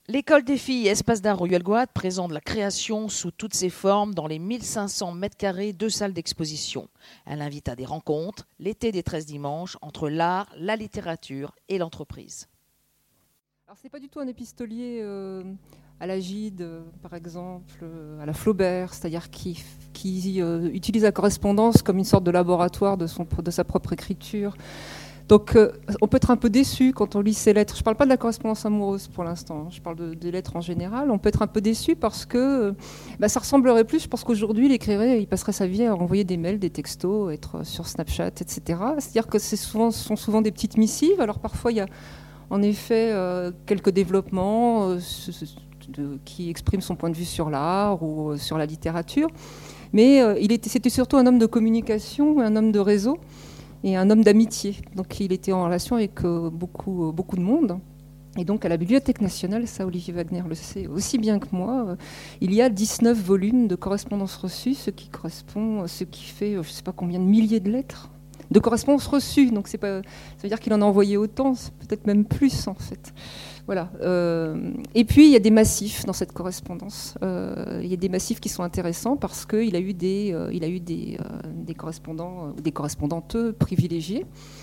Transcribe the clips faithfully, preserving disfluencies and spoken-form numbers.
L'école des filles Espace d'art Royal-Goat présente la création sous toutes ses formes dans les mille cinq cents mètres carrés de salles d'exposition. Elle invite à des rencontres, l'été des treize dimanches, entre l'art, la littérature et l'entreprise. Alors, c'est pas du tout un épistolier euh, à la Gide, euh, par exemple, euh, à la Flaubert, c'est-à-dire qui, qui euh, utilise la correspondance comme une sorte de laboratoire de, son, de sa propre écriture. Donc, euh, on peut être un peu déçu quand on lit ces lettres. Je ne parle pas de la correspondance amoureuse pour l'instant, hein. Je parle de, des lettres en général. On peut être un peu déçu parce que euh, bah, ça ressemblerait plus. Je pense qu'aujourd'hui, il écrirait, il passerait sa vie à envoyer des mails, des textos, être sur Snapchat, et cetera. C'est-à-dire que c'est souvent, ce sont souvent des petites missives. Alors, parfois, il y a en effet euh, quelques développements euh, de, qui expriment son point de vue sur l'art ou euh, sur la littérature. Mais euh, il était, c'était surtout un homme de communication, un homme de réseau et un homme d'amitié. Donc il était en relation avec euh, beaucoup, euh, beaucoup de monde. Et donc à la Bibliothèque nationale, ça Olivier Wagner le sait aussi bien que moi, euh, il y a dix-neuf volumes de correspondances reçues, ce qui correspond, ce qui fait euh, je ne sais pas combien de milliers de lettres de correspondances reçues. Donc c'est pas, ça veut dire qu'il en a envoyé autant, peut-être même plus en fait. Voilà. Euh, et puis il y a des massifs dans cette correspondance. Euh, il y a des massifs qui sont intéressants parce qu'il a eu des, euh, il a eu des, euh, des correspondants ou des correspondantes privilégiées.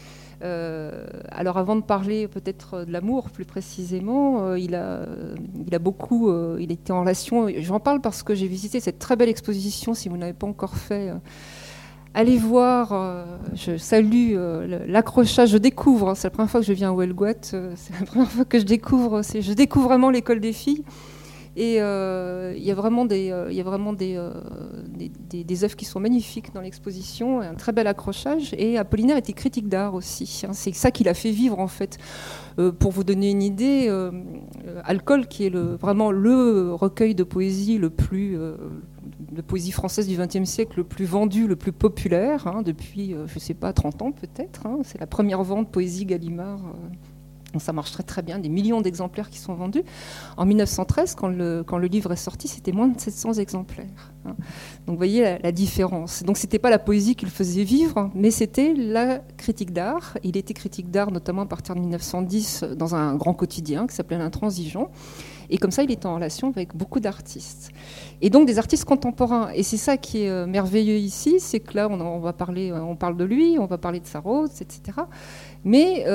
Euh, alors avant de parler peut-être de l'amour plus précisément, euh, il, a, il a beaucoup, euh, il était en relation. J'en parle parce que j'ai visité cette très belle exposition. Si vous n'avez pas encore fait. Euh, Allez voir, euh, je salue euh, l'accrochage, je découvre, hein, c'est la première fois que je viens à Royal-Goat, euh, c'est la première fois que je découvre, c'est, je découvre vraiment l'école des filles. Et euh, il y a vraiment des, euh, il y a vraiment des, euh, des, des, des œuvres qui sont magnifiques dans l'exposition, un très bel accrochage. Et Apollinaire était critique d'art aussi, hein, c'est ça qui l'a fait vivre en fait. Euh, pour vous donner une idée, euh, Alcool, qui est le, vraiment le recueil de poésie le plus... Euh, de poésie française du vingtième siècle le plus vendu, le plus populaire, hein, depuis, euh, je ne sais pas, trente ans peut-être. Hein, c'est la première vente poésie Gallimard. Euh, ça marche très très bien, des millions d'exemplaires qui sont vendus. En mille neuf cent treize, quand le, quand le livre est sorti, c'était moins de sept cents exemplaires. Hein. Donc vous voyez la, la différence. Donc ce n'était pas la poésie qui le faisait vivre, mais c'était la critique d'art. Il était critique d'art notamment à partir de mille neuf cent dix dans un grand quotidien qui s'appelait L'Intransigeant. Et comme ça, il était en relation avec beaucoup d'artistes. Et donc des artistes contemporains. Et c'est ça qui est euh, merveilleux ici, c'est que là, on, on va parler, on parle de lui, on va parler de sa rose, et cetera. Mais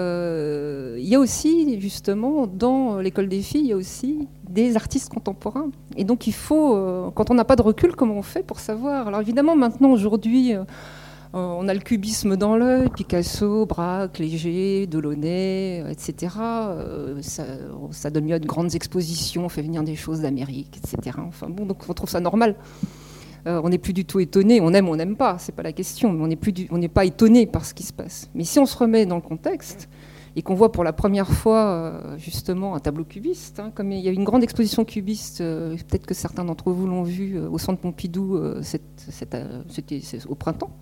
euh, il y a aussi, justement, dans l'école des filles, il y a aussi des artistes contemporains. Et donc il faut, euh, quand on n'a pas de recul, comment on fait pour savoir ? Alors évidemment, maintenant, aujourd'hui... Euh, on a le cubisme dans l'œil, Picasso, Braque, Léger, Delaunay, et cetera. Euh, ça, ça donne lieu à de grandes expositions, on fait venir des choses d'Amérique, et cetera. Enfin bon, donc on trouve ça normal. Euh, on n'est plus du tout étonné, on aime, on n'aime pas, c'est pas la question, mais on n'est plus, du, on n'est pas étonné par ce qui se passe. Mais si on se remet dans le contexte et qu'on voit pour la première fois euh, justement un tableau cubiste, hein, comme il y a eu une grande exposition cubiste, euh, peut-être que certains d'entre vous l'ont vu euh, au Centre Pompidou, euh, cette, cette, euh, c'était c'est au printemps.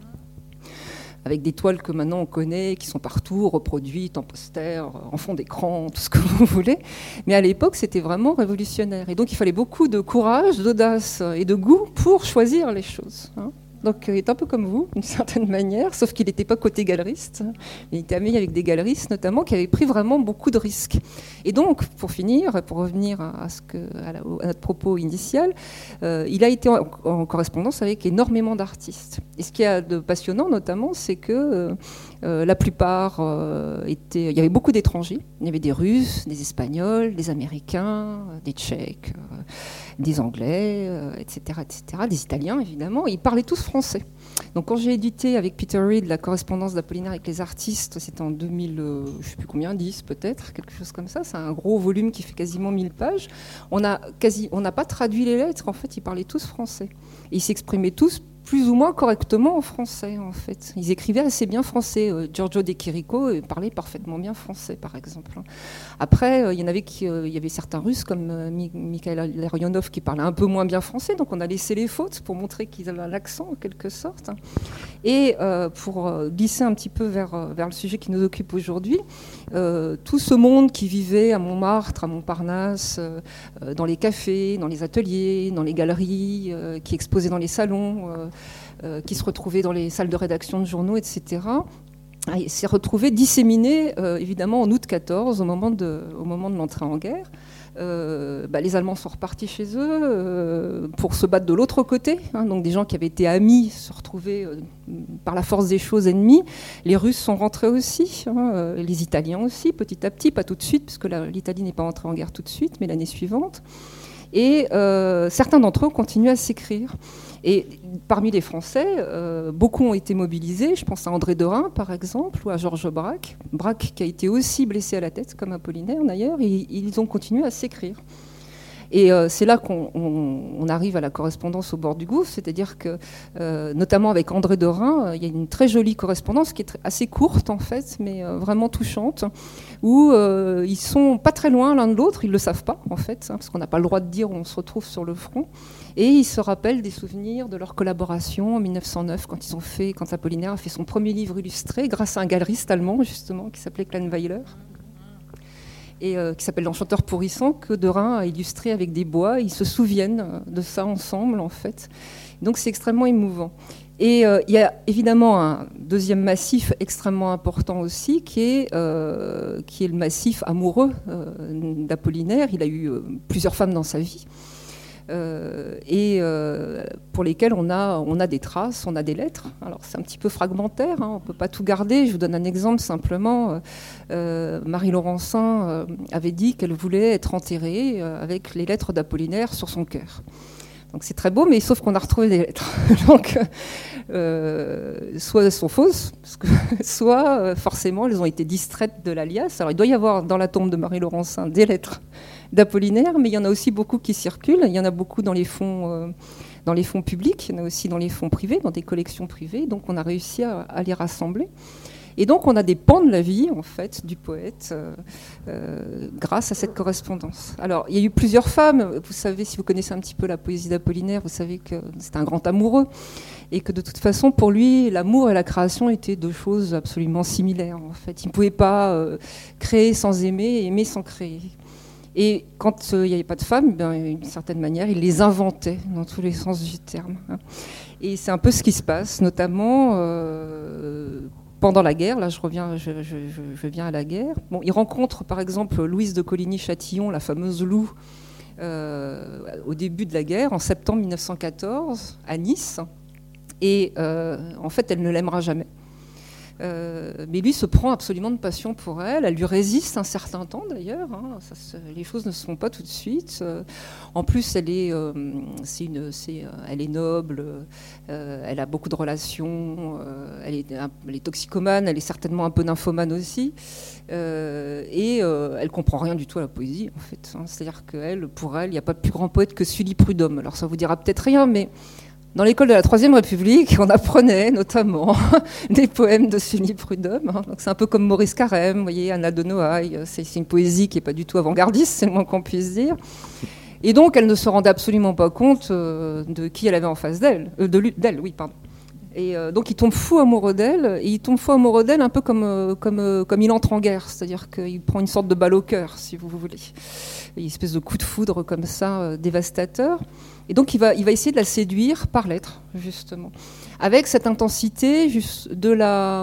Avec des toiles que maintenant on connaît, qui sont partout, reproduites en poster, en fond d'écran, tout ce que vous voulez. Mais à l'époque, c'était vraiment révolutionnaire. Et donc, il fallait beaucoup de courage, d'audace et de goût pour choisir les choses. Hein. Donc, il est un peu comme vous, d'une certaine manière, sauf qu'il n'était pas côté galeriste. Il était ami avec des galeristes, notamment, qui avaient pris vraiment beaucoup de risques. Et donc, pour finir, pour revenir à, ce que, à, la, à notre propos initial, euh, il a été en, en correspondance avec énormément d'artistes. Et ce qui est de passionnant, notamment, c'est que euh, la plupart euh, étaient... Il y avait beaucoup d'étrangers. Il y avait des Russes, des Espagnols, des Américains, des Tchèques, euh, des Anglais, euh, et cetera, et cetera, des Italiens, évidemment. Et ils parlaient tous français. Donc quand j'ai édité avec Peter Reed la correspondance d'Apollinaire avec les artistes, c'était en deux mille, euh, je ne sais plus combien, dix peut-être, quelque chose comme ça. C'est un gros volume qui fait quasiment mille pages. On a quasi, on n'a pas traduit les lettres, en fait, ils parlaient tous français. Et ils s'exprimaient tous plus ou moins correctement en français, en fait. Ils écrivaient assez bien français. Euh, Giorgio De Chirico euh, parlait parfaitement bien français, par exemple. Après, euh, il y en avait qui, euh, il y avait certains Russes, comme euh, Mikhail Larionov, qui parlaient un peu moins bien français, donc on a laissé les fautes pour montrer qu'ils avaient l'accent, en quelque sorte. Et euh, pour euh, glisser un petit peu vers, vers le sujet qui nous occupe aujourd'hui, euh, tout ce monde qui vivait à Montmartre, à Montparnasse, euh, dans les cafés, dans les ateliers, dans les galeries, euh, qui exposaient dans les salons, euh, Euh, qui se retrouvaient dans les salles de rédaction de journaux, et cetera. Il s'est retrouvé disséminé, euh, évidemment, en août quatorze, au moment de, au moment de l'entrée en guerre, euh, bah, les Allemands sont repartis chez eux euh, pour se battre de l'autre côté. Hein, donc des gens qui avaient été amis se retrouvaient euh, par la force des choses ennemis. Les Russes sont rentrés aussi, hein, euh, les Italiens aussi, petit à petit, pas tout de suite, puisque l'Italie n'est pas entrée en guerre tout de suite, mais l'année suivante. Et euh, certains d'entre eux continuent à s'écrire. Et parmi les Français, euh, beaucoup ont été mobilisés. Je pense à André Derain, par exemple, ou à Georges Braque. Braque qui a été aussi blessé à la tête, comme Apollinaire d'ailleurs, et ils ont continué à s'écrire. Et euh, c'est là qu'on on, on arrive à la correspondance au bord du gouffre, c'est-à-dire que, euh, notamment avec André Derain, euh, il y a une très jolie correspondance qui est assez courte en fait, mais euh, vraiment touchante, où euh, ils sont pas très loin l'un de l'autre, ils le savent pas en fait, hein, parce qu'on n'a pas le droit de dire où on se retrouve sur le front, et ils se rappellent des souvenirs de leur collaboration en mille neuf cent neuf, quand ils ont fait, quand Apollinaire a fait son premier livre illustré, grâce à un galeriste allemand justement, qui s'appelait Kleinweiler, et euh, qui s'appelle L'Enchanteur pourrissant, que Derain a illustré avec des bois. Ils se souviennent de ça ensemble, en fait. Donc c'est extrêmement émouvant. Et euh, il y a évidemment un deuxième massif extrêmement important aussi, qui est, euh, qui est le massif amoureux euh, d'Apollinaire. Il a eu euh, plusieurs femmes dans sa vie. Euh, et euh, pour lesquels on a, on a des traces, on a des lettres. Alors c'est un petit peu fragmentaire, hein, on ne peut pas tout garder. Je vous donne un exemple simplement. Euh, Marie Laurencin euh, avait dit qu'elle voulait être enterrée euh, avec les lettres d'Apollinaire sur son cœur. Donc c'est très beau, mais sauf qu'on a retrouvé des lettres. Donc, euh, soit elles sont fausses, parce que, soit euh, forcément elles ont été distraites de l'alias. Alors il doit y avoir dans la tombe de Marie Laurencin des lettres d'Apollinaire, mais il y en a aussi beaucoup qui circulent. Il y en a beaucoup dans les fonds, euh, dans les fonds publics, il y en a aussi dans les fonds privés, dans des collections privées. Donc on a réussi à, à les rassembler. Et donc on a des pans de la vie en fait du poète euh, euh, grâce à cette correspondance. Alors il y a eu plusieurs femmes. Vous savez, si vous connaissez un petit peu la poésie d'Apollinaire, vous savez que c'est un grand amoureux et que de toute façon pour lui l'amour et la création étaient deux choses absolument similaires. En fait, il ne pouvait pas euh, créer sans aimer et aimer sans créer. Et quand il euh, n'y avait pas de femmes, ben, d'une certaine manière, il les inventait dans tous les sens du terme. Hein. Et c'est un peu ce qui se passe, notamment euh, pendant la guerre. Là, je reviens, je, je, je viens à la guerre. Bon, il rencontre par exemple Louise de Coligny-Châtillon, la fameuse Lou, euh, au début de la guerre, en septembre mille neuf cent quatorze, à Nice. Et euh, en fait, elle ne l'aimera jamais. Euh, mais lui se prend absolument de passion pour elle. Elle lui résiste un certain temps d'ailleurs. Hein. Ça, les choses ne se font pas tout de suite. Euh, en plus, elle est, euh, c'est une, c'est, euh, elle est noble. Euh, elle a beaucoup de relations. Euh, elle, est, elle est toxicomane. Elle est certainement un peu nymphomane aussi. Euh, et euh, elle comprend rien du tout à la poésie en fait. Hein. C'est-à-dire qu'elle, pour elle, il n'y a pas de plus grand poète que Sully Prudhomme. Alors ça vous dira peut-être rien, mais dans l'école de la Troisième République, on apprenait notamment des poèmes de Sully Prudhomme. Donc c'est un peu comme Maurice Carême, vous voyez, Anna de Noailles. C'est, c'est une poésie qui n'est pas du tout avant-gardiste, c'est le moins qu'on puisse dire. Et donc elle ne se rendait absolument pas compte euh, de qui elle avait en face d'elle. Euh, de lui, d'elle, oui, pardon. Et euh, donc il tombe fou amoureux d'elle, et il tombe fou amoureux d'elle un peu comme, euh, comme, euh, comme il entre en guerre, c'est-à-dire qu'il prend une sorte de balle au cœur, si vous voulez. Une espèce de coup de foudre comme ça, euh, dévastateur. Et donc il va, il va essayer de la séduire par lettres, justement, avec cette intensité juste de, la,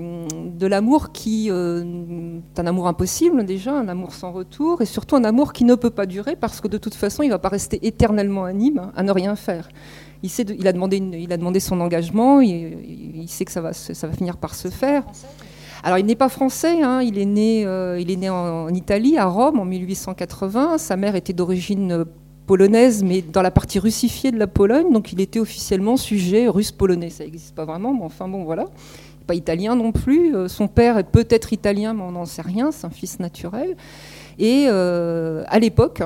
de l'amour qui euh, est un amour impossible déjà, un amour sans retour, et surtout un amour qui ne peut pas durer parce que de toute façon il ne va pas rester éternellement à Nîmes à ne rien faire. Il, sait de, il, a demandé une, il a demandé son engagement, il, il sait que ça va, ça va finir par se faire. Alors il n'est pas français, hein, il est né, euh, il est né en, en Italie, à Rome, en mille huit cent quatre-vingts. Sa mère était d'origine polonaise, mais dans la partie russifiée de la Pologne, donc il était officiellement sujet russe-polonais. Ça n'existe pas vraiment, mais enfin bon, voilà. Pas italien non plus. Euh, son père est peut-être italien, mais on n'en sait rien, c'est un fils naturel. Et euh, à l'époque,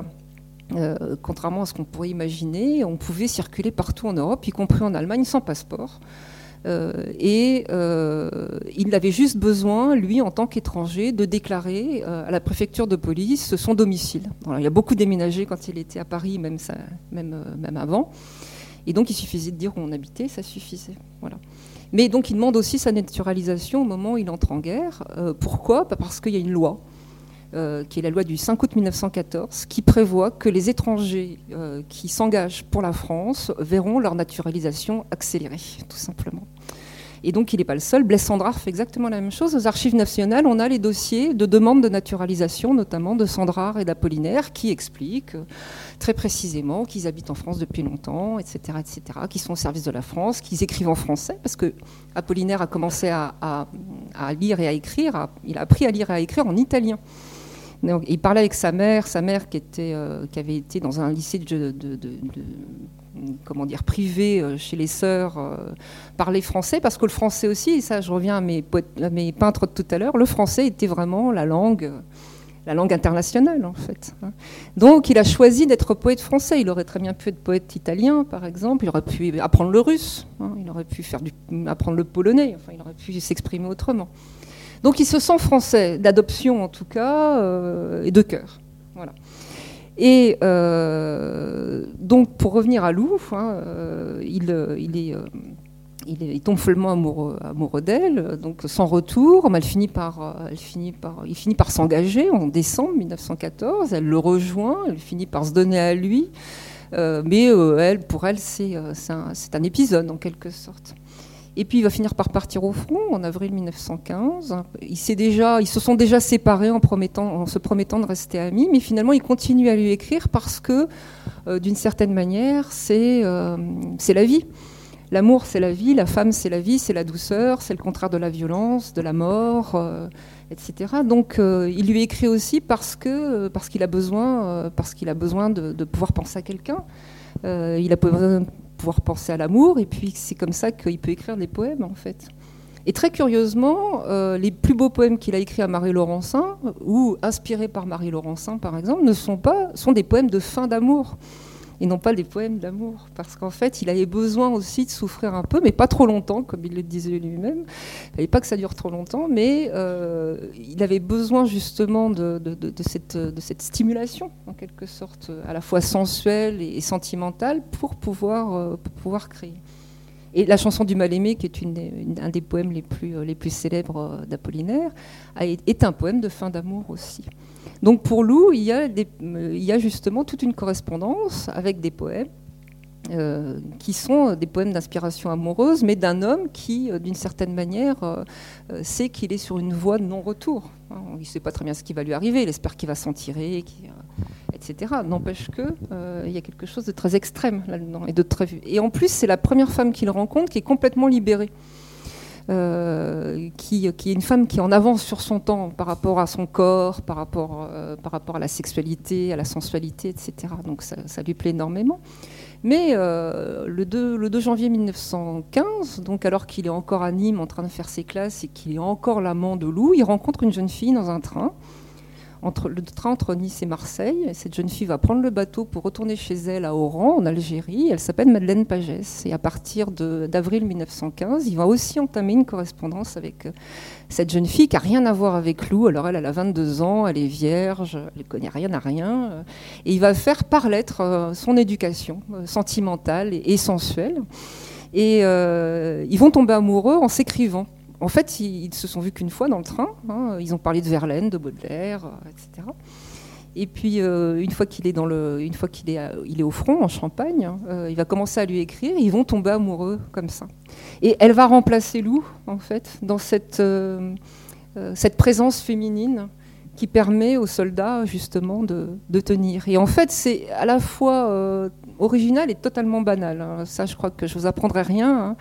euh, contrairement à ce qu'on pourrait imaginer, on pouvait circuler partout en Europe, y compris en Allemagne, sans passeport. Euh, et euh, il avait juste besoin, lui, en tant qu'étranger, de déclarer euh, à la préfecture de police son domicile. Alors, il a beaucoup déménagé quand il était à Paris, même, ça, même, euh, même avant. Et donc, il suffisait de dire où on habitait, ça suffisait. Voilà. Mais donc, il demande aussi sa naturalisation au moment où il entre en guerre. Euh, pourquoi ? Bah parce qu'il y a une loi, euh, qui est la loi du cinq août mille neuf cent quatorze, qui prévoit que les étrangers euh, qui s'engagent pour la France verront leur naturalisation accélérée, tout simplement. Et donc, il n'est pas le seul. Blaise Sandrard fait exactement la même chose. Aux Archives nationales, on a les dossiers de demande de naturalisation, notamment de Sandrard et d'Apollinaire, qui expliquent très précisément qu'ils habitent en France depuis longtemps, et cetera, et cetera, qu'ils sont au service de la France, qu'ils écrivent en français, parce que Apollinaire a commencé à, à, à lire et à écrire, à, il a appris à lire et à écrire en italien. Donc, il parlait avec sa mère, sa mère qui, était, euh, qui avait été dans un lycée de, de, de, de comment dire, privé euh, chez les sœurs, euh, parlait français, parce que le français aussi, et ça je reviens à mes, poètes, à mes peintres de tout à l'heure, le français était vraiment la langue... la langue internationale, en fait. Donc, il a choisi d'être poète français. Il aurait très bien pu être poète italien, par exemple. Il aurait pu apprendre le russe. Hein. Il aurait pu faire du, apprendre le polonais. Enfin, il aurait pu s'exprimer autrement. Donc, il se sent français, d'adoption en tout cas, euh, et de cœur. Voilà. Et euh, donc, pour revenir à Lou, hein, euh, il, il est... Euh, Il, est, il tombe follement amoureux, amoureux d'elle, donc sans retour. Elle finit par, elle finit par, il finit par s'engager en décembre mille neuf cent quatorze. Elle le rejoint, elle finit par se donner à lui. Euh, mais euh, elle, pour elle, c'est, euh, c'est, un, c'est un épisode en quelque sorte. Et puis il va finir par partir au front en avril mille neuf cent quinze. Il s'est déjà, ils se sont déjà séparés en, promettant, en se promettant de rester amis, mais finalement il continue à lui écrire parce que, euh, d'une certaine manière, c'est, euh, c'est la vie. L'amour, c'est la vie, la femme, c'est la vie, c'est la douceur, c'est le contraire de la violence, de la mort, euh, et cetera. Donc, euh, il lui écrit aussi parce que parce qu'il a besoin, euh, parce qu'il a besoin de, de pouvoir penser à quelqu'un. Euh, il a besoin de pouvoir penser à l'amour, et puis c'est comme ça qu'il peut écrire des poèmes, en fait. Et très curieusement, euh, les plus beaux poèmes qu'il a écrits à Marie Laurencin, ou inspirés par Marie Laurencin, par exemple, ne sont pas, sont des poèmes de fin d'amour. Et non pas des poèmes d'amour, parce qu'en fait, il avait besoin aussi de souffrir un peu, mais pas trop longtemps, comme il le disait lui-même. Il ne fallait pas que ça dure trop longtemps, mais euh, il avait besoin justement de, de, de, de, cette, de cette stimulation, en quelque sorte, à la fois sensuelle et sentimentale, pour pouvoir, euh, pour pouvoir créer. Et la chanson du Mal-Aimé, qui est une, une, un des poèmes les plus, les plus célèbres d'Apollinaire, est un poème de fin d'amour aussi. Donc pour Lou, il y a, des, il y a justement toute une correspondance avec des poèmes euh, qui sont des poèmes d'inspiration amoureuse, mais d'un homme qui, euh, d'une certaine manière, euh, sait qu'il est sur une voie de non-retour. Hein, il ne sait pas très bien ce qui va lui arriver, il espère qu'il va s'en tirer, qu'il, euh, et cetera. N'empêche qu'il euh, y a quelque chose de très extrême là-dedans. Et, de très... et en plus, c'est la première femme qu'il rencontre qui est complètement libérée. Euh, qui, qui est une femme qui est en avance sur son temps par rapport à son corps, par rapport, euh, par rapport à la sexualité, à la sensualité, et cetera. Donc ça, ça lui plaît énormément. Mais euh, le, deux, le deux janvier mille neuf cent quinze, donc alors qu'il est encore à Nîmes en train de faire ses classes et qu'il est encore l'amant de Lou, il rencontre une jeune fille dans un train. Entre, le train entre Nice et Marseille. Et cette jeune fille va prendre le bateau pour retourner chez elle à Oran, en Algérie. Elle s'appelle Madeleine Pagès. Et à partir de, d'avril mille neuf cent quinze, il va aussi entamer une correspondance avec cette jeune fille qui n'a rien à voir avec Lou. Alors elle, elle a vingt-deux ans, elle est vierge, elle ne connaît rien à rien. Et il va faire par lettre son éducation sentimentale et, et sensuelle. Et euh, ils vont tomber amoureux en s'écrivant. En fait, ils, ils se sont vus qu'une fois dans le train. Hein, ils ont parlé de Verlaine, de Baudelaire, euh, et cetera. Et puis, euh, une fois qu'il est dans le, une fois qu'il est, à, il est au front, en Champagne, euh, il va commencer à lui écrire. Et ils vont tomber amoureux comme ça. Et elle va remplacer Lou, en fait, dans cette, euh, euh, cette présence féminine qui permet aux soldats justement de, de tenir. Et en fait, c'est à la fois euh, original et totalement banal. Hein. Ça, je crois que je vous apprendrai rien. Hein.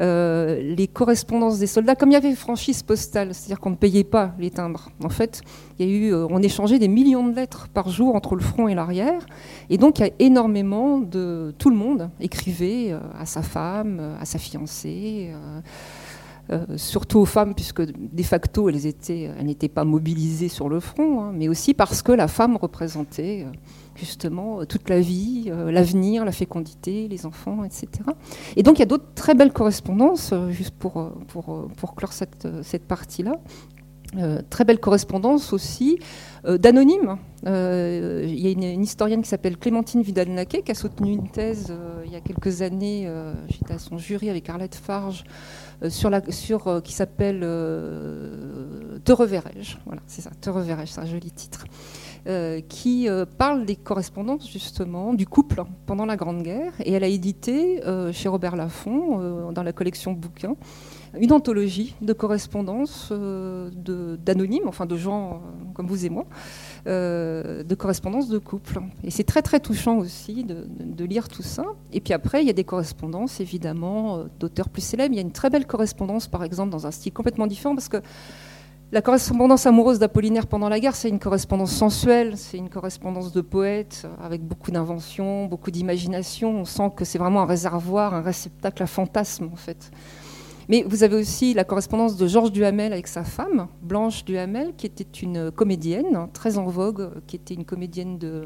Euh, les correspondances des soldats, comme il y avait franchise postale, c'est-à-dire qu'on ne payait pas les timbres. En fait, il y a eu, euh, on échangeait des millions de lettres par jour entre le front et l'arrière. Et donc, il y a énormément de... Tout le monde écrivait euh, à sa femme, à sa fiancée... Euh, Euh, surtout aux femmes, puisque de facto, elles, étaient, elles n'étaient pas mobilisées sur le front, hein, mais aussi parce que la femme représentait euh, justement toute la vie, euh, l'avenir, la fécondité, les enfants, et cetera. Et donc, il y a d'autres très belles correspondances, euh, juste pour, pour, pour clore cette, cette partie-là. Euh, très belle correspondance aussi euh, d'anonymes. Euh, il y a une, une historienne qui s'appelle Clémentine Vidal-Naquet qui a soutenu une thèse euh, il y a quelques années. Euh, j'étais à son jury avec Arlette Farge euh, sur la, sur, euh, qui s'appelle euh, Te reverrai-je. Voilà, c'est ça, Te reverrai-je, c'est un joli titre. euh, qui euh, parle des correspondances justement du couple pendant la Grande Guerre. Et elle a édité euh, chez Robert Laffont, euh, dans la collection bouquins, une anthologie de correspondances euh, de, d'anonymes, enfin de gens euh, comme vous et moi, euh, de correspondances de couple. Et c'est très très touchant aussi de, de, de lire tout ça. Et puis après, il y a des correspondances évidemment d'auteurs plus célèbres. Il y a une très belle correspondance par exemple dans un style complètement différent, parce que la correspondance amoureuse d'Apollinaire pendant la guerre, c'est une correspondance sensuelle, c'est une correspondance de poète avec beaucoup d'invention, beaucoup d'imagination. On sent que c'est vraiment un réservoir, un réceptacle à fantasmes en fait. Mais vous avez aussi la correspondance de Georges Duhamel avec sa femme, Blanche Duhamel, qui était une comédienne très en vogue, qui était une comédienne de...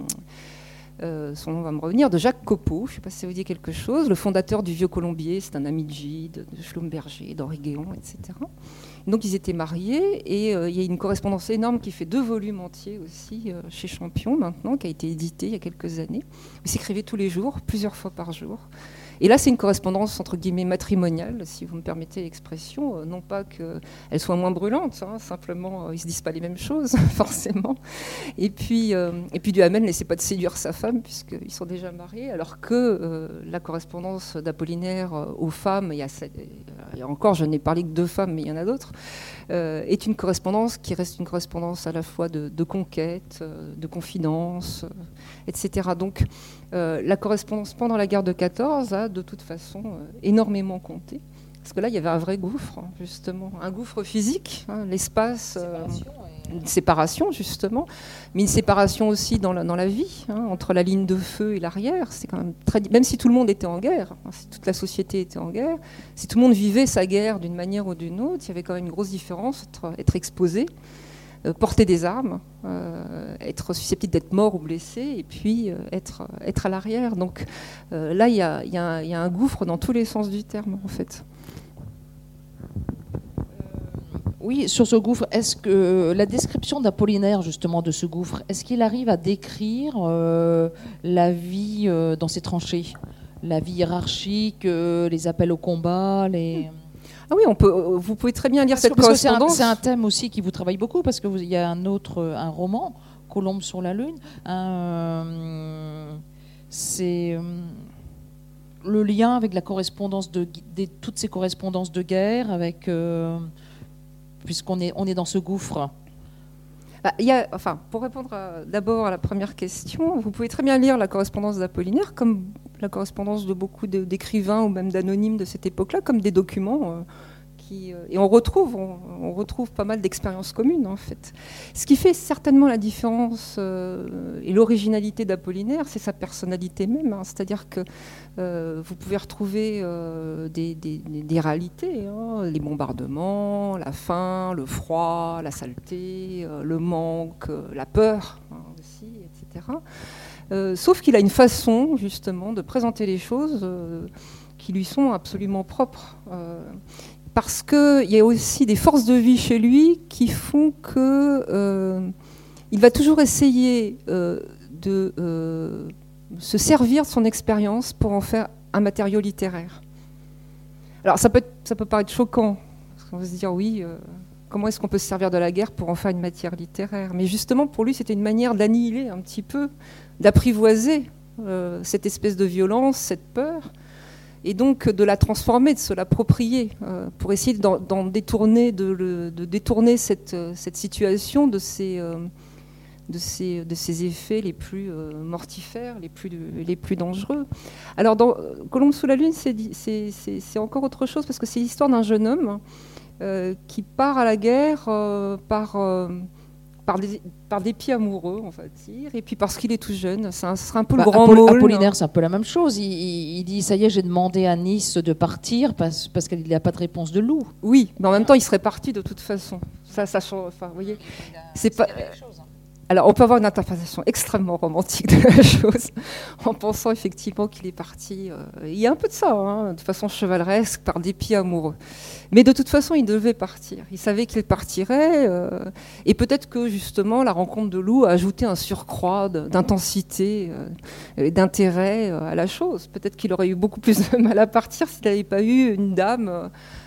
Euh, son nom va me revenir, de Jacques Copeau, je ne sais pas si ça vous dit quelque chose, le fondateur du Vieux Colombier, c'est un ami de Gide, de Schlumberger, d'Henri Guéon, et cetera. Donc ils étaient mariés, et euh, il y a une correspondance énorme qui fait deux volumes entiers aussi euh, chez Champion maintenant, qui a été édité il y a quelques années. Ils s'écrivaient tous les jours, plusieurs fois par jour. Et là, c'est une correspondance entre guillemets matrimoniale, si vous me permettez l'expression. Euh, non pas qu'elle soit moins brûlante, hein, simplement, euh, ils ne se disent pas les mêmes choses, forcément. Et puis, euh, et puis Duhamel n'essaie pas de séduire sa femme, puisqu'ils sont déjà mariés, alors que euh, la correspondance d'Apollinaire euh, aux femmes, il y a, il y a encore, je n'ai parlé que deux femmes, mais il y en a d'autres, euh, est une correspondance qui reste une correspondance à la fois de, de conquête, euh, de confidence, euh, et cetera. Donc, Euh, la correspondance pendant la guerre de quatorze a de toute façon euh, énormément compté. Parce que là, il y avait un vrai gouffre, hein, justement. Un gouffre physique, hein, l'espace, euh, une séparation, justement. Mais une séparation aussi dans la, dans la vie, hein, entre la ligne de feu et l'arrière. C'est quand même très... Même si tout le monde était en guerre, hein, si toute la société était en guerre, si tout le monde vivait sa guerre d'une manière ou d'une autre, il y avait quand même une grosse différence entre être exposé, porter des armes, euh, être susceptible d'être mort ou blessé, et puis euh, être, être à l'arrière. Donc euh, là, il y, y, y a un gouffre dans tous les sens du terme, en fait. Oui, sur ce gouffre, est-ce que la description d'Apollinaire, justement, de ce gouffre, est-ce qu'il arrive à décrire euh, la vie euh, dans ces tranchées, la vie hiérarchique, euh, les appels au combat, les... Ah oui, on peut, vous pouvez très bien lire parce cette que, parce correspondance. Que c'est, un, c'est un thème aussi qui vous travaille beaucoup, parce qu'il y a un autre un roman, Colombe sur la Lune. Un, c'est le lien avec la correspondance de, de toutes ces correspondances de guerre, avec, euh, puisqu'on est, on est dans ce gouffre. Bah, il y a, enfin, pour répondre à, d'abord à la première question, vous pouvez très bien lire la correspondance d'Apollinaire comme la correspondance de beaucoup de, d'écrivains ou même d'anonymes de cette époque-là, comme des documents. Euh, qui, euh, et on retrouve, on, on retrouve pas mal d'expériences communes, en fait. Ce qui fait certainement la différence euh, et l'originalité d'Apollinaire, c'est sa personnalité même. Hein, c'est-à-dire que euh, vous pouvez retrouver euh, des, des, des réalités, hein, les bombardements, la faim, le froid, la saleté, euh, le manque, euh, la peur, hein, aussi, et cetera. Euh, sauf qu'il a une façon, justement, de présenter les choses euh, qui lui sont absolument propres. Euh, parce qu'il y a aussi des forces de vie chez lui qui font qu'il euh, va toujours essayer euh, de euh, se servir de son expérience pour en faire un matériau littéraire. Alors, ça peut, ça peut paraître choquant, parce qu'on va se dire, oui... Euh, comment est-ce qu'on peut se servir de la guerre pour en faire une matière littéraire ? Mais justement, pour lui, c'était une manière d'annihiler un petit peu, d'apprivoiser euh, cette espèce de violence, cette peur, et donc de la transformer, de se l'approprier, euh, pour essayer d'en, d'en détourner, de, le, de détourner cette, cette situation de ses, euh, de, ses, de ses effets les plus euh, mortifères, les plus, les plus dangereux. Alors, dans Colombe sous la Lune, c'est, c'est, c'est, c'est encore autre chose, parce que c'est l'histoire d'un jeune homme Euh, qui part à la guerre euh, par, euh, par, des, par dépit amoureux, on va dire, et puis parce qu'il est tout jeune. C'est un, ce sera un peu bah, le grand Apoll- môle. Apollinaire, c'est un peu la même chose. Il, il, il dit, ça y est, j'ai demandé à Nice de partir parce, parce qu'il n'y a pas de réponse de loup. Oui, mais en même temps, il serait parti de toute façon. Ça, ça change, enfin, vous voyez, c'est pas... Alors, on peut avoir une interprétation extrêmement romantique de la chose, en pensant effectivement qu'il est parti. Euh, il y a un peu de ça, hein, de façon chevaleresque, par dépit amoureux. Mais de toute façon, il devait partir. Il savait qu'il partirait, euh, et peut-être que justement, la rencontre de Lou a ajouté un surcroît d'intensité euh, et d'intérêt euh, à la chose. Peut-être qu'il aurait eu beaucoup plus de mal à partir s'il n'avait pas eu une dame. Euh,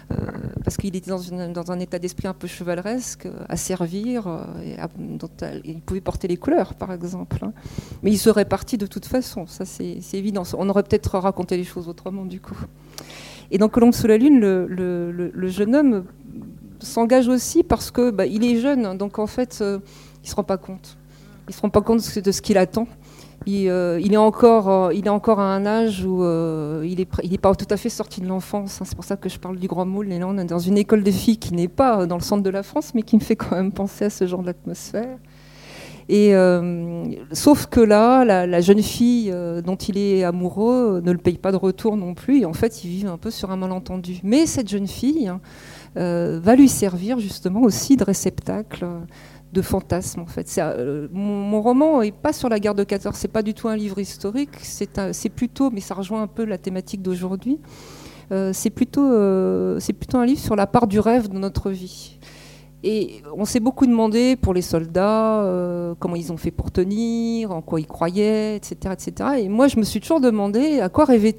euh, parce qu'il était dans, une, dans un état d'esprit un peu chevaleresque, à servir, euh, et à, dont il pouvait porter les couleurs, par exemple. Hein. Mais il serait parti de toute façon, ça c'est, c'est évident. On aurait peut-être raconté les choses autrement, du coup. Et dans Colombe sous la lune, le, le, le, le jeune homme s'engage aussi parce que bah, il est jeune, donc en fait, euh, il ne se rend pas compte. Il ne se rend pas compte de ce qu'il attend. Il, euh, il, est encore, euh, il est encore à un âge où euh, il n'est il est pas tout à fait sorti de l'enfance. Hein. C'est pour ça que je parle du Grand Moule. Et là, on est dans une école de filles qui n'est pas dans le centre de la France, mais qui me fait quand même penser à ce genre d'atmosphère. Et, euh, sauf que là, la, la jeune fille euh, dont il est amoureux ne le paye pas de retour non plus. Et en fait, ils vivent un peu sur un malentendu. Mais cette jeune fille hein, euh, va lui servir justement aussi de réceptacle de fantasmes en fait. C'est, euh, mon, mon roman n'est pas sur la guerre de quatorze, c'est pas du tout un livre historique, c'est, un, c'est plutôt, mais ça rejoint un peu la thématique d'aujourd'hui, euh, c'est, plutôt, euh, c'est plutôt un livre sur la part du rêve de notre vie. Et on s'est beaucoup demandé pour les soldats, euh, comment ils ont fait pour tenir, en quoi ils croyaient, et cetera, et cetera. Et moi je me suis toujours demandé à quoi rêvaient-ils ?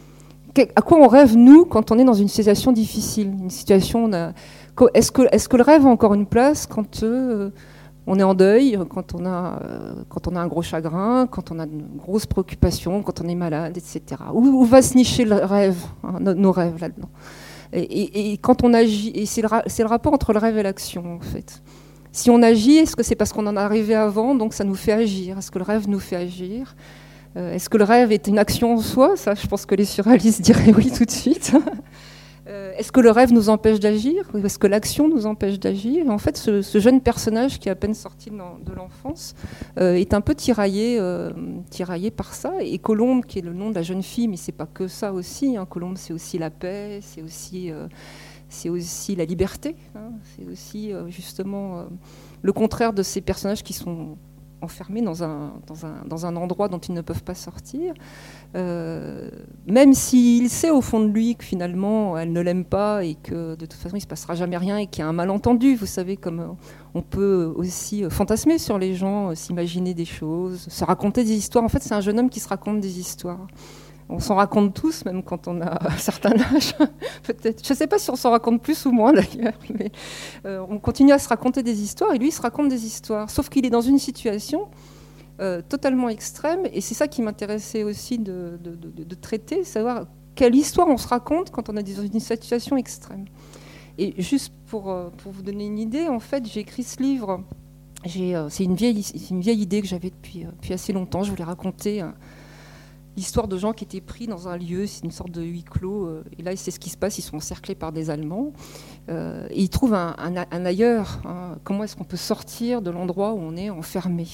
À quoi on rêve nous quand on est dans une situation difficile, une situation où on a... Est-ce que, est-ce que le rêve a encore une place quand euh, on est en deuil, quand on, a, euh, quand on a un gros chagrin, quand on a une grosse préoccupation, quand on est malade, et cetera. Où, où va se nicher le rêve, hein, nos, nos rêves là-dedans et, et, et quand on agit, et c'est le, c'est le rapport entre le rêve et l'action en fait. Si on agit, est-ce que c'est parce qu'on en est arrivé avant, donc ça nous fait agir ? Est-ce que le rêve nous fait agir ? euh, Est-ce que le rêve est une action en soi ? Ça, je pense que les surréalistes diraient oui tout de suite. Euh, est-ce que le rêve nous empêche d'agir ? Ou est-ce que l'action nous empêche d'agir ? En fait, ce, ce jeune personnage qui est à peine sorti de, de l'enfance euh, est un peu tiraillé, euh, tiraillé par ça. Et Colombe, qui est le nom de la jeune fille, mais c'est pas que ça aussi. Hein. Colombe, c'est aussi la paix, c'est aussi, euh, c'est aussi la liberté. Hein. C'est aussi euh, justement euh, le contraire de ces personnages qui sont enfermés dans un, dans, un, dans un endroit dont ils ne peuvent pas sortir. Euh, même s'il sait au fond de lui que finalement elle ne l'aime pas et que de toute façon il ne se passera jamais rien et qu'il y a un malentendu, vous savez, comme on peut aussi fantasmer sur les gens, s'imaginer des choses, se raconter des histoires. En fait, c'est un jeune homme qui se raconte des histoires. On s'en raconte tous, même quand on a un certain âge. Peut-être. Je ne sais pas si on s'en raconte plus ou moins d'ailleurs, mais euh, on continue à se raconter des histoires et lui il se raconte des histoires. Sauf qu'il est dans une situation euh, totalement extrême et c'est ça qui m'intéressait aussi de, de, de, de traiter, savoir quelle histoire on se raconte quand on est dans une situation extrême. Et juste pour, pour vous donner une idée, en fait, j'ai écrit ce livre. J'ai, euh, c'est, une vieille, c'est une vieille idée que j'avais depuis, euh, depuis assez longtemps. Je voulais raconter... Euh, l'histoire de gens qui étaient pris dans un lieu, c'est une sorte de huis clos, euh, et là c'est ce qui se passe, ils sont encerclés par des Allemands, euh, et ils trouvent un, un, un ailleurs, hein, comment est-ce qu'on peut sortir de l'endroit où on est enfermé.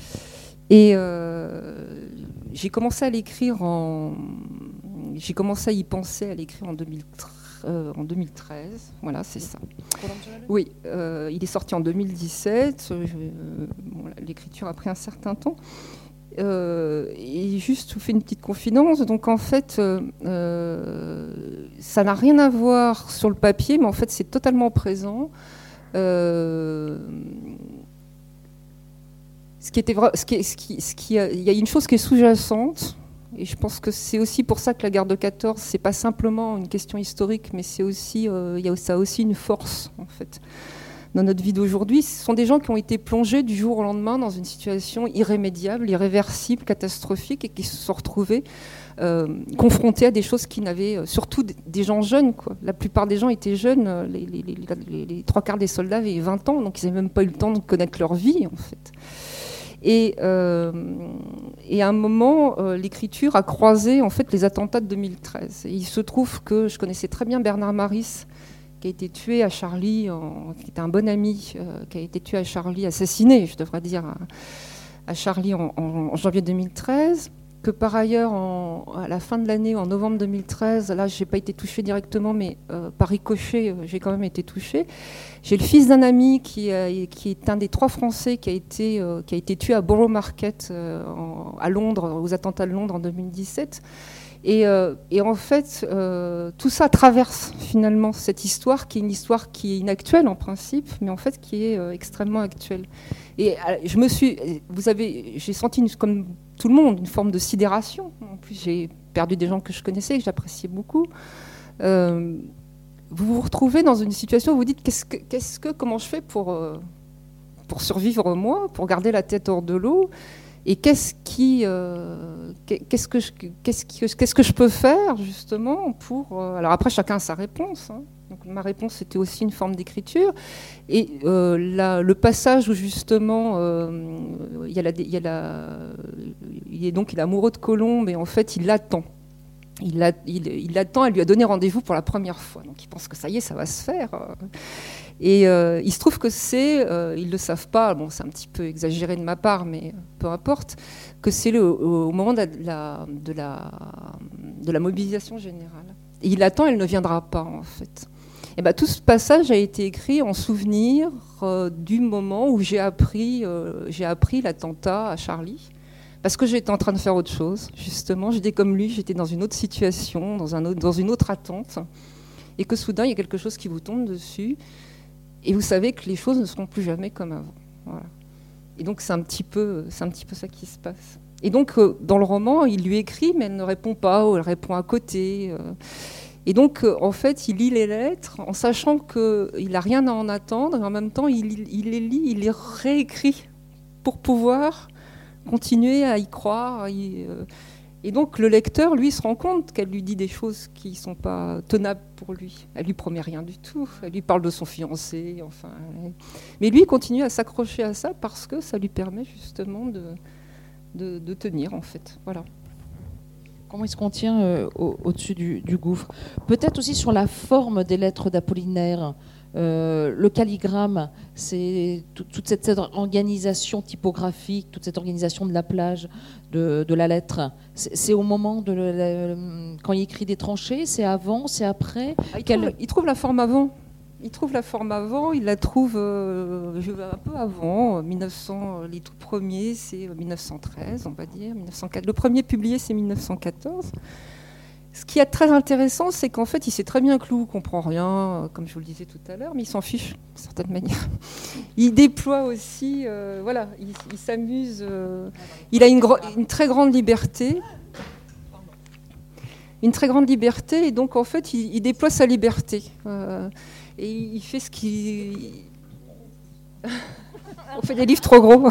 Et euh, j'ai commencé à l'écrire en... J'ai commencé à y penser, à l'écrire en deux mille treize, euh, en deux mille treize, voilà, c'est ça. Oui, euh, il est sorti en deux mille dix-sept, euh, bon, l'écriture a pris un certain temps. Euh, et juste, je vous fais une petite confidence. Donc, en fait, euh, ça n'a rien à voir sur le papier, mais en fait, c'est totalement présent. Euh, ce qui était vrai, ce qui, ce qui, ce qui, il y a une chose qui est sous-jacente, et je pense que c'est aussi pour ça que la guerre de quatorze, c'est pas simplement une question historique, mais c'est aussi, euh, il y a, ça a aussi une force, en fait. Dans notre vie d'aujourd'hui, ce sont des gens qui ont été plongés du jour au lendemain dans une situation irrémédiable, irréversible, catastrophique, et qui se sont retrouvés euh, confrontés à des choses qui n'avaient... Surtout des gens jeunes, quoi. La plupart des gens étaient jeunes, les, les, les, les, les trois quarts des soldats avaient vingt ans, donc ils n'avaient même pas eu le temps de connaître leur vie, en fait. Et, euh, et à un moment, euh, l'écriture a croisé en fait, les attentats de deux mille treize. Et il se trouve que je connaissais très bien Bernard Maris, qui a été tué à Charlie, en, qui était un bon ami, euh, qui a été tué à Charlie, assassiné, je devrais dire, à, à Charlie en, en, en janvier deux mille treize, que par ailleurs, en, à la fin de l'année, en novembre deux mille treize, là, je n'ai pas été touchée directement, mais euh, par ricochet, euh, j'ai quand même été touchée. J'ai le fils d'un ami qui, euh, qui est un des trois Français qui a été, euh, qui a été tué à Borough Market, euh, en, à Londres, aux attentats de Londres en deux mille dix-sept. Et, euh, et en fait, euh, tout ça traverse finalement cette histoire, qui est une histoire qui est inactuelle en principe, mais en fait qui est euh, extrêmement actuelle. Et euh, je me suis, vous avez, j'ai senti une, comme tout le monde une forme de sidération. En plus, j'ai perdu des gens que je connaissais, que j'appréciais beaucoup. Euh, vous vous retrouvez dans une situation où vous dites qu'est-ce que, qu'est-ce que comment je fais pour, euh, pour survivre moi, pour garder la tête hors de l'eau, et qu'est-ce qui, euh, qu'est-ce que je, qu'est-ce qui, qu'est-ce que je peux faire justement pour. Euh, alors après chacun a sa réponse. Hein. Donc, ma réponse c'était aussi une forme d'écriture, et euh, la, le passage où justement euh, il y a la, il y a la, il est donc il est amoureux de Colombe et en fait il l'attend. Il, a, il, il attend, elle lui a donné rendez-vous pour la première fois. Donc il pense que ça y est, ça va se faire. Et euh, il se trouve que c'est, euh, ils ne le savent pas, bon, c'est un petit peu exagéré de ma part, mais peu importe, que c'est le, au, au moment de la, de, la, de la mobilisation générale. Et il attend, elle ne viendra pas en fait. Et ben, tout ce passage a été écrit en souvenir euh, du moment où j'ai appris, euh, j'ai appris l'attentat à Charlie. Parce que j'étais en train de faire autre chose, justement. J'étais comme lui, j'étais dans une autre situation, dans, un autre, dans une autre attente. Et que soudain, il y a quelque chose qui vous tombe dessus. Et vous savez que les choses ne seront plus jamais comme avant. Voilà. Et donc, c'est un petit peu, c'est un petit peu ça qui se passe. Et donc, euh, dans le roman, il lui écrit, mais elle ne répond pas, ou elle répond à côté. Euh. Et donc, euh, en fait, il lit les lettres en sachant qu'il n'a rien à en attendre. Et en même temps, il, il les lit, il les réécrit pour pouvoir continuer à y croire. À y, euh, et donc le lecteur, lui, se rend compte qu'elle lui dit des choses qui ne sont pas tenables pour lui. Elle lui promet rien du tout. Elle lui parle de son fiancé. Enfin, mais lui, il continue à s'accrocher à ça parce que ça lui permet justement de, de, de tenir, en fait. Voilà. Comment est-ce qu'on tient euh, au, au-dessus du, du gouffre ? Peut-être aussi sur la forme des lettres d'Apollinaire. Euh, le calligramme, c'est tout, toute cette, cette organisation typographique, toute cette organisation de la plage, de, de la lettre. C'est, c'est au moment de le, le, quand il écrit des tranchées, c'est avant, c'est après. Ah, il, Quel... trouve, il trouve la forme avant. Il trouve la forme avant. Il la trouve euh, un peu avant. mille neuf cents, les tout premiers, c'est mille neuf cent treize, on va dire. mille neuf cent quatre. Le premier publié, c'est mille neuf cent quatorze. Ce qui est très intéressant, c'est qu'en fait, il sait très bien que Lou ne comprend rien, comme je vous le disais tout à l'heure, mais il s'en fiche, d'une certaine manière. Il déploie aussi, euh, voilà, il, il s'amuse. Euh, il a une, gro- une très grande liberté. Une très grande liberté, et donc, en fait, il, il déploie sa liberté. Euh, et il fait ce qu'il... On fait des livres trop gros.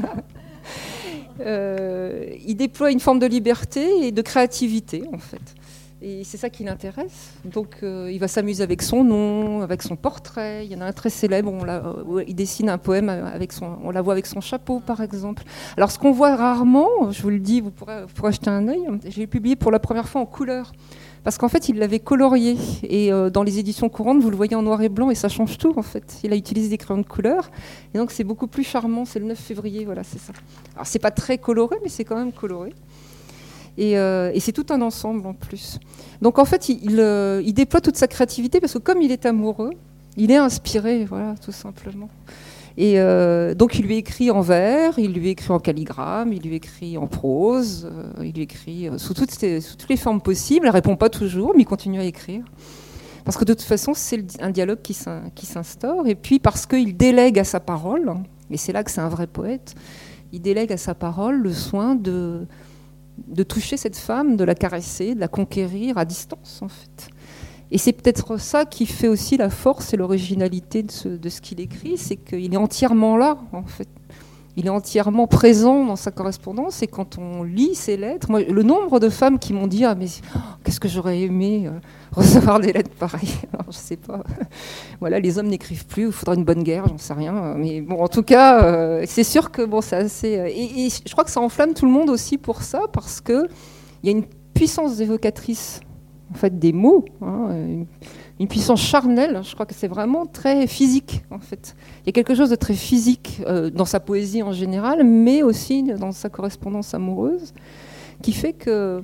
euh, il déploie une forme de liberté et de créativité, en fait. Et c'est ça qui l'intéresse. Donc, euh, il va s'amuser avec son nom, avec son portrait. Il y en a un très célèbre, on la, où il dessine un poème avec son, on la voit avec son chapeau, par exemple. Alors, ce qu'on voit rarement, je vous le dis, vous pourrez, vous pourrez jeter un œil, j'ai publié pour la première fois en couleur. Parce qu'en fait, il l'avait colorié. Et euh, dans les éditions courantes, vous le voyez en noir et blanc, et ça change tout, en fait. Il a utilisé des crayons de couleur. Et donc, c'est beaucoup plus charmant. C'est le neuf février, voilà, c'est ça. Alors, c'est pas très coloré, mais c'est quand même coloré. Et, euh, et c'est tout un ensemble en plus. Donc en fait, il, il, euh, il déploie toute sa créativité parce que comme il est amoureux, il est inspiré, voilà, tout simplement. Et euh, donc il lui écrit en vers, il lui écrit en calligramme, il lui écrit en prose, euh, il lui écrit euh, sous, toutes ces, sous toutes les formes possibles. Elle ne répond pas toujours, mais il continue à écrire. Parce que de toute façon, c'est un dialogue qui, qui s'instaure. Et puis parce qu'il délègue à sa parole, et c'est là que c'est un vrai poète, il délègue à sa parole le soin de... de toucher cette femme, de la caresser, de la conquérir à distance, en fait. Et c'est peut-être ça qui fait aussi la force et l'originalité de ce, de ce qu'il écrit, c'est qu'il est entièrement là, en fait. Il est entièrement présent dans sa correspondance, et quand on lit ses lettres, moi, le nombre de femmes qui m'ont dit « Ah, mais oh, qu'est-ce que j'aurais aimé euh, recevoir des lettres pareilles ?» Alors, je sais pas. Voilà, les hommes n'écrivent plus, il faudra une bonne guerre, j'en sais rien. Mais bon, en tout cas, euh, c'est sûr que bon, c'est assez... Et, et je crois que ça enflamme tout le monde aussi pour ça, parce qu'il y a une puissance évocatrice, en fait, des mots, hein, une, une puissance charnelle. Je crois que c'est vraiment très physique, en fait. Il y a quelque chose de très physique euh, dans sa poésie en général, mais aussi dans sa correspondance amoureuse, qui fait que...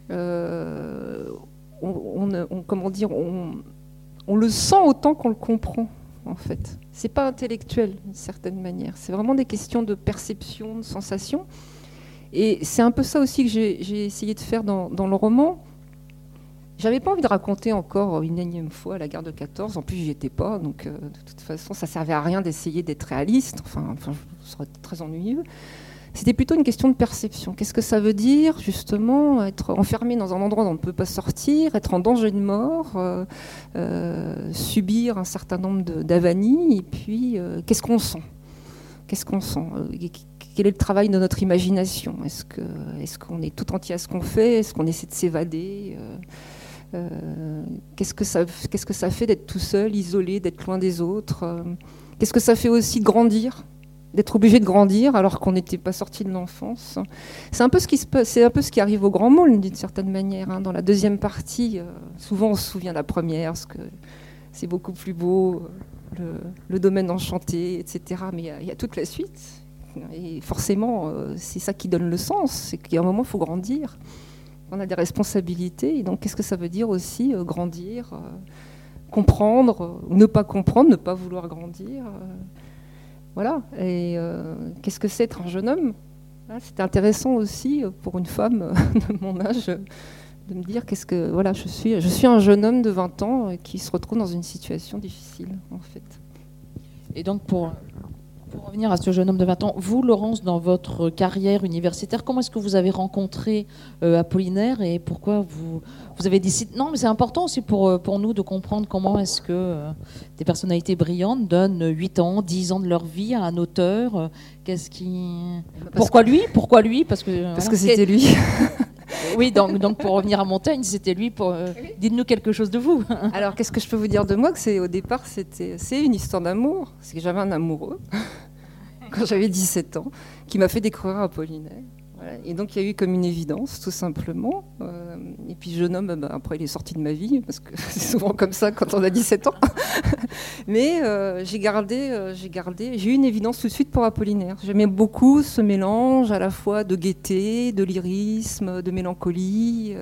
Euh, on, on, on, comment dire... On, on le sent autant qu'on le comprend, en fait. C'est pas intellectuel, d'une certaine manière. C'est vraiment des questions de perception, de sensation. Et c'est un peu ça aussi que j'ai, j'ai essayé de faire dans, dans le roman. J'avais pas envie de raconter encore une énième fois la guerre de quatorze. En plus, j'y étais pas, donc euh, de toute façon, ça servait à rien d'essayer d'être réaliste. Enfin, enfin, ça aurait été très ennuyeux. C'était plutôt une question de perception. Qu'est-ce que ça veut dire, justement, être enfermé dans un endroit dont on ne peut pas sortir, être en danger de mort, euh, euh, subir un certain nombre d'avanies, et puis euh, qu'est-ce qu'on sent Qu'est-ce qu'on sent Quel est le travail de notre imagination? Est-ce que, est-ce qu'on est tout entier à ce qu'on fait? Est-ce qu'on essaie de s'évader? euh, euh, qu'est-ce que ça, qu'est-ce que ça fait d'être tout seul, isolé, d'être loin des autres? euh, Qu'est-ce que ça fait aussi de grandir, d'être obligé de grandir alors qu'on n'était pas sorti de l'enfance? C'est un peu ce qui se passe, c'est un peu ce qui arrive au Grand Môle d'une certaine manière. Hein. Dans la deuxième partie, euh, souvent on se souvient de la première, parce que c'est beaucoup plus beau, le, le domaine enchanté, et cetera. Mais il y, y a toute la suite. Et forcément, euh, c'est ça qui donne le sens. C'est qu'il y a un moment, il faut grandir. On a des responsabilités. Et donc, qu'est-ce que ça veut dire aussi, euh, grandir, euh, comprendre, euh, ne pas comprendre, ne pas vouloir grandir euh, Voilà. Et euh, qu'est-ce que c'est être un jeune homme? C'était intéressant aussi pour une femme de mon âge de me dire qu'est-ce que voilà, je suis, je suis un jeune homme de vingt ans qui se retrouve dans une situation difficile en fait. Et donc pour Pour revenir à ce jeune homme de vingt ans, vous, Laurence, dans votre carrière universitaire, comment est-ce que vous avez rencontré euh, Apollinaire et pourquoi vous, vous avez décidé... Non, mais c'est important aussi pour, pour nous de comprendre comment est-ce que euh, des personnalités brillantes donnent huit ans, dix ans de leur vie à un auteur. Euh, qu'est-ce qui... Pourquoi lui Pourquoi lui Parce que, Parce voilà, que c'était lui. Oui, donc, donc pour revenir à Montaigne, c'était lui. Pour, euh, dites-nous quelque chose de vous. Alors, qu'est-ce que je peux vous dire de moi? Que c'est, au départ, c'était, c'est une histoire d'amour. C'est que j'avais un amoureux, quand j'avais dix-sept ans, qui m'a fait découvrir Apollinaire. Voilà. Et donc, il y a eu comme une évidence, tout simplement. Euh, et puis, jeune homme, bah, après, il est sorti de ma vie, parce que c'est souvent comme ça quand on a dix-sept ans. Mais euh, j'ai gardé, euh, j'ai gardé, j'ai eu une évidence tout de suite pour Apollinaire. J'aimais beaucoup ce mélange à la fois de gaieté, de lyrisme, de mélancolie.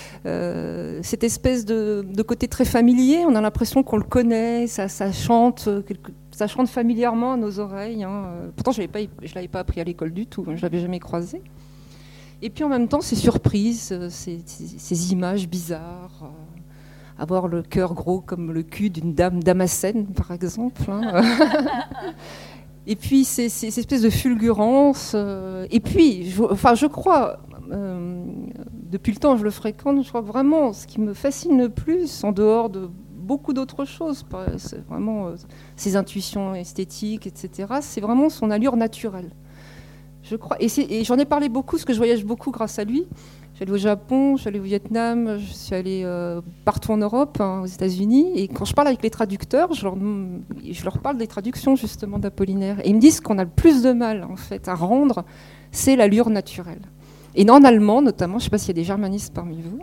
Euh, cette espèce de, de côté très familier, on a l'impression qu'on le connaît, ça, ça chante, quelque, ça chante familièrement à nos oreilles. Hein. Pourtant, je ne l'avais pas appris à l'école du tout, hein, je ne l'avais jamais croisé. Et puis en même temps, ces surprises, ces, ces, ces images bizarres, euh, avoir le cœur gros comme le cul d'une dame damascène, par exemple. Hein. Et puis ces, ces, ces espèces de fulgurances. Euh, et puis, je, enfin, je crois, euh, depuis le temps où je le fréquente, je crois vraiment, ce qui me fascine le plus, en dehors de beaucoup d'autres choses, c'est vraiment euh, ses intuitions esthétiques, et cetera, c'est vraiment son allure naturelle. Je crois, et, et j'en ai parlé beaucoup, parce que je voyage beaucoup grâce à lui. Je suis allée au Japon, je suis allée au Vietnam, je suis allée euh, partout en Europe, hein, aux États-Unis. Et quand je parle avec les traducteurs, je leur, je leur parle des traductions justement d'Apollinaire. Et ils me disent qu'on a le plus de mal en fait à rendre, c'est l'allure naturelle. Et en allemand, notamment, je ne sais pas s'il y a des germanistes parmi vous,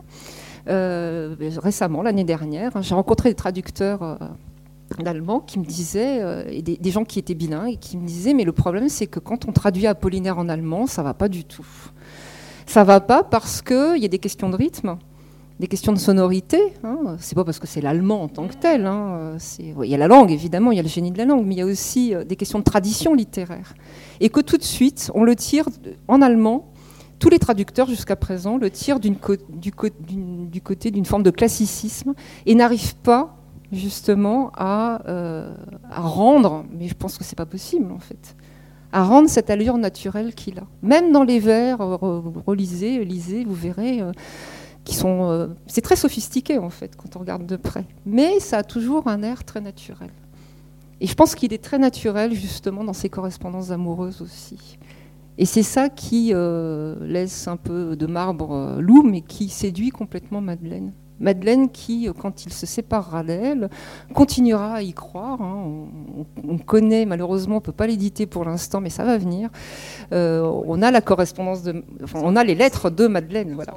euh, récemment, l'année dernière, hein, j'ai rencontré des traducteurs euh, d'allemand qui me disaient, euh, et des, des gens qui étaient bilingues, et qui me disaient, mais le problème c'est que quand on traduit Apollinaire en allemand, ça ne va pas du tout. Ça ne va pas parce qu'il y a des questions de rythme, des questions de sonorité. Hein. C'est pas parce que c'est l'allemand en tant que tel. Hein. C'est, ouais, il y a la langue, évidemment, il y a le génie de la langue, mais il y a aussi euh, des questions de tradition littéraire. Et que tout de suite, on le tire en allemand. Tous les traducteurs jusqu'à présent le tirent d'une co- du, co- d'une, du côté d'une forme de classicisme et n'arrivent pas justement à, euh, à rendre, mais je pense que c'est pas possible en fait, à rendre cette allure naturelle qu'il a. Même dans les vers, euh, relisez, lisez, vous verrez, euh, qui sont, euh, c'est très sophistiqué en fait quand on regarde de près, mais ça a toujours un air très naturel. Et je pense qu'il est très naturel justement dans ses correspondances amoureuses aussi. Et c'est ça qui euh, laisse un peu de marbre euh, Lou, mais qui séduit complètement Madeleine. Madeleine qui, quand il se séparera d'elle, continuera à y croire. Hein. On, on connaît, malheureusement, on ne peut pas l'éditer pour l'instant, mais ça va venir. Euh, on a la correspondance, de, enfin, on a les lettres de Madeleine. Voilà.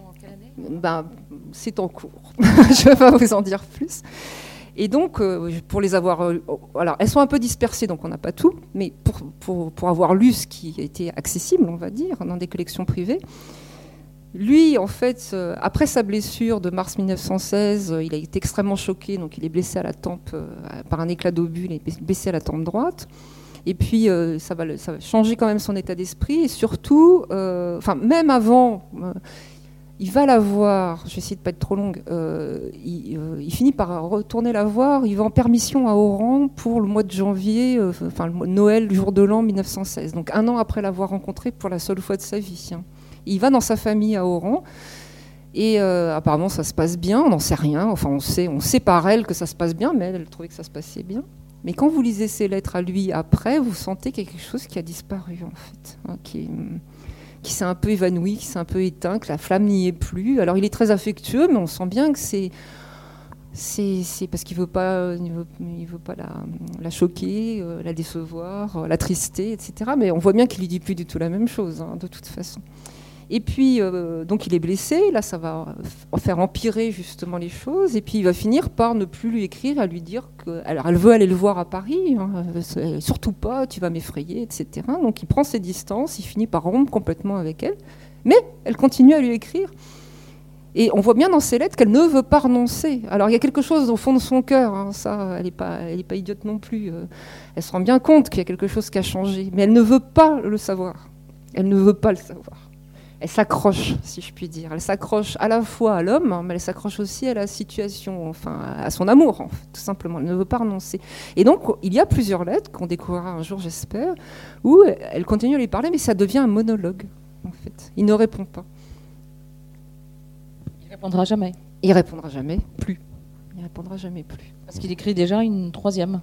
Ben, c'est en cours. Je ne vais pas vous en dire plus. Et donc, euh, pour les avoir... Euh, alors, elles sont un peu dispersées, donc on n'a pas tout, mais pour, pour, pour avoir lu ce qui était accessible, on va dire, dans des collections privées, lui, en fait, euh, après sa blessure de mars mille neuf cent seize, euh, il a été extrêmement choqué, donc il est blessé à la tempe, euh, par un éclat d'obus, il est blessé à la tempe droite. Et puis, euh, ça, va, ça va changer quand même son état d'esprit, et surtout, euh, enfin, même avant... Euh, il va la voir, je vais essayer de ne pas être trop longue, euh, il, euh, il finit par retourner la voir, il va en permission à Oran pour le mois de janvier, euh, enfin le mois de Noël, jour de l'an mille neuf cent seize, donc un an après l'avoir rencontrée pour la seule fois de sa vie. Hein. Il va dans sa famille à Oran, et euh, apparemment ça se passe bien, on n'en sait rien, enfin on sait, on sait par elle que ça se passe bien, mais elle, elle trouvait que ça se passait bien. Mais quand vous lisez ses lettres à lui après, vous sentez qu'il y a quelque chose qui a disparu en fait, hein, qui est... qui s'est un peu évanoui, qui s'est un peu éteint, que la flamme n'y est plus. Alors il est très affectueux, mais on sent bien que c'est, c'est, c'est parce qu'il ne veut pas, il veut, il veut pas la, la choquer, euh, la décevoir, euh, l'attrister, et cetera. Mais on voit bien qu'il ne lui dit plus du tout la même chose, hein, de toute façon. Et puis, euh, donc il est blessé, là ça va faire empirer justement les choses, et puis il va finir par ne plus lui écrire, à lui dire que, alors elle veut aller le voir à Paris, hein, surtout pas, tu vas m'effrayer, et cetera. Donc il prend ses distances, il finit par rompre complètement avec elle, mais elle continue à lui écrire. Et on voit bien dans ses lettres qu'elle ne veut pas renoncer. Alors il y a quelque chose au fond de son cœur, hein, ça, elle n'est pas, elle est pas idiote non plus, euh, elle se rend bien compte qu'il y a quelque chose qui a changé, mais elle ne veut pas le savoir, elle ne veut pas le savoir. Elle s'accroche, si je puis dire. Elle s'accroche à la fois à l'homme, mais elle s'accroche aussi à la situation, enfin à son amour, en fait, tout simplement. Elle ne veut pas renoncer. Et donc, il y a plusieurs lettres qu'on découvrira un jour, j'espère, où elle continue à lui parler, mais ça devient un monologue, en fait. Il ne répond pas. Il répondra jamais. Il répondra jamais, plus. Il répondra jamais plus. Parce qu'il écrit déjà une troisième.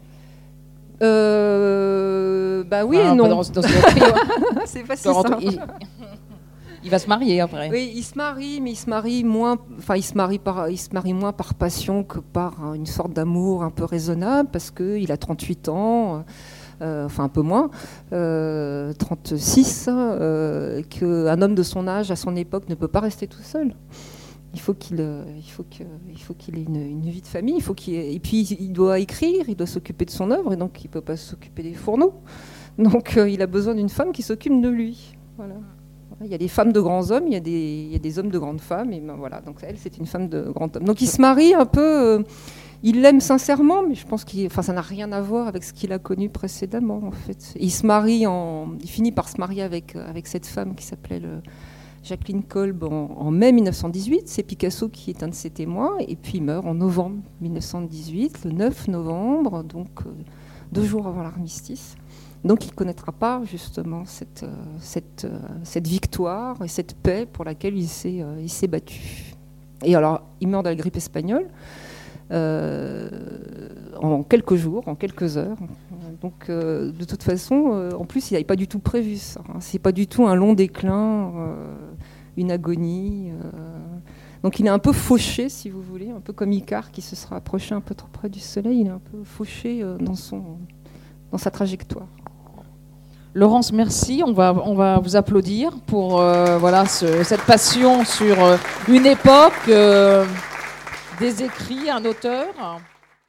Euh, bah oui ah, et non. Dans, dans ce c'est pas si simple. Il, il va se marier après. Oui, il se marie, mais il se marie moins. Enfin, il se marie par, il se marie moins par passion que par hein, une sorte d'amour un peu raisonnable, parce que il a trente-huit ans. Euh, enfin un peu moins, euh, trente-six, euh, qu'un homme de son âge à son époque ne peut pas rester tout seul. Il faut qu'il, il faut que, il faut qu'il ait une, une vie de famille. Il faut qu'il ait, et puis il doit écrire, il doit s'occuper de son œuvre, et donc il ne peut pas s'occuper des fourneaux. Donc euh, il a besoin d'une femme qui s'occupe de lui. Voilà. Il y a des femmes de grands hommes, il y a des, il y a des hommes de grandes femmes, et ben voilà. Donc elle, c'est une femme de grand homme. Donc il se marie un peu. Euh, il l'aime sincèrement, mais je pense que enfin, ça n'a rien à voir avec ce qu'il a connu précédemment, en fait. Et il se marie en, il finit par se marier avec avec cette femme qui s'appelait le, Jacqueline Kolb en, en mai mille neuf cent dix-huit. C'est Picasso qui est un de ses témoins, et puis il meurt en novembre mille neuf cent dix-huit, le neuf novembre, donc euh, deux jours avant l'armistice. Donc il ne connaîtra pas justement cette, euh, cette, euh, cette victoire et cette paix pour laquelle il s'est, euh, il s'est battu. Et alors, il meurt de la grippe espagnole euh, en quelques jours, en quelques heures. Donc euh, de toute façon, euh, en plus, il n'avait pas du tout prévu ça. Hein. C'est pas du tout un long déclin, euh, une agonie. Euh. Donc il est un peu fauché, si vous voulez, un peu comme Icare qui se sera approché un peu trop près du soleil. Il est un peu fauché euh, dans, son, dans sa trajectoire. Laurence, merci. On va, on va vous applaudir pour euh, voilà, ce, cette passion sur euh, une époque, euh, des écrits, un auteur.